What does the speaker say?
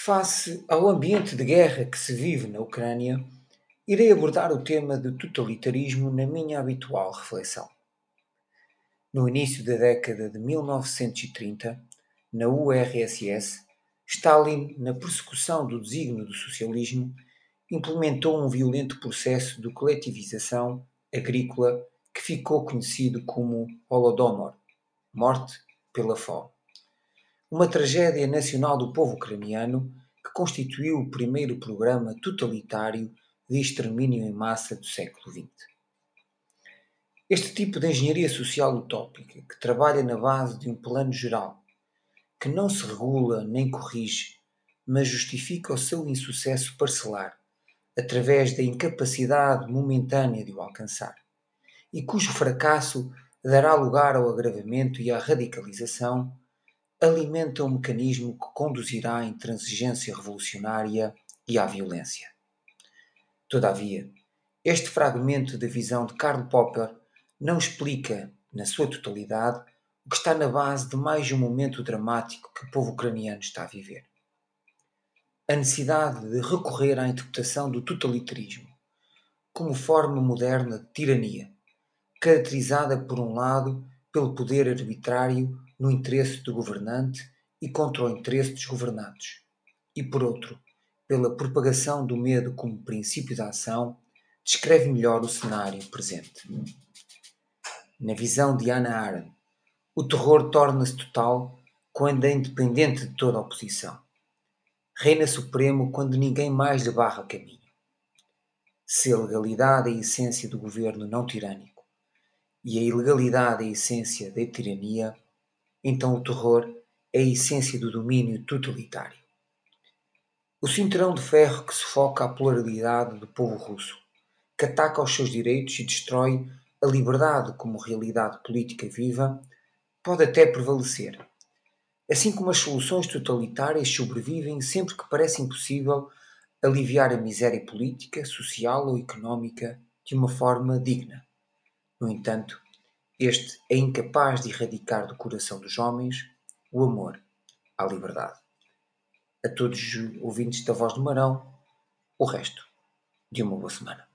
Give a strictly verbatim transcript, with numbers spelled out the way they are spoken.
Face ao ambiente de guerra que se vive na Ucrânia, irei abordar o tema do totalitarismo na minha habitual reflexão. No início da década de mil novecentos e trinta, na U R S S, Stalin, na persecução do desígnio do socialismo, implementou um violento processo de coletivização agrícola que ficou conhecido como Holodomor, morte pela fome. Uma tragédia nacional do povo ucraniano que constituiu o primeiro programa totalitário de extermínio em massa do século vinte. Este tipo de engenharia social utópica, que trabalha na base de um plano geral, que não se regula nem corrige, mas justifica o seu insucesso parcelar, através da incapacidade momentânea de o alcançar, e cujo fracasso dará lugar ao agravamento e à radicalização, alimenta um mecanismo que conduzirá à intransigência revolucionária e à violência. Todavia, este fragmento da visão de Karl Popper não explica, na sua totalidade, o que está na base de mais um momento dramático que o povo ucraniano está a viver. A necessidade de recorrer à interpretação do totalitarismo como forma moderna de tirania, caracterizada, por um lado, pelo poder arbitrário no interesse do governante e contra o interesse dos governados, e, por outro, pela propagação do medo como princípio da ação, descreve melhor o cenário presente. Na visão de Hannah Arendt, o terror torna-se total quando é independente de toda a oposição. Reina supremo quando ninguém mais lhe barra o caminho. Se a legalidade é a essência do governo não tirânico e a ilegalidade é a essência da tirania, então o terror é a essência do domínio totalitário. O cinturão de ferro que sufoca a pluralidade do povo russo, que ataca os seus direitos e destrói a liberdade como realidade política viva, pode até prevalecer. Assim como as soluções totalitárias sobrevivem sempre que parece impossível aliviar a miséria política, social ou económica de uma forma digna. No entanto, este é incapaz de erradicar do coração dos homens o amor à liberdade. A todos os ouvintes da Voz do Marão, o resto de uma boa semana.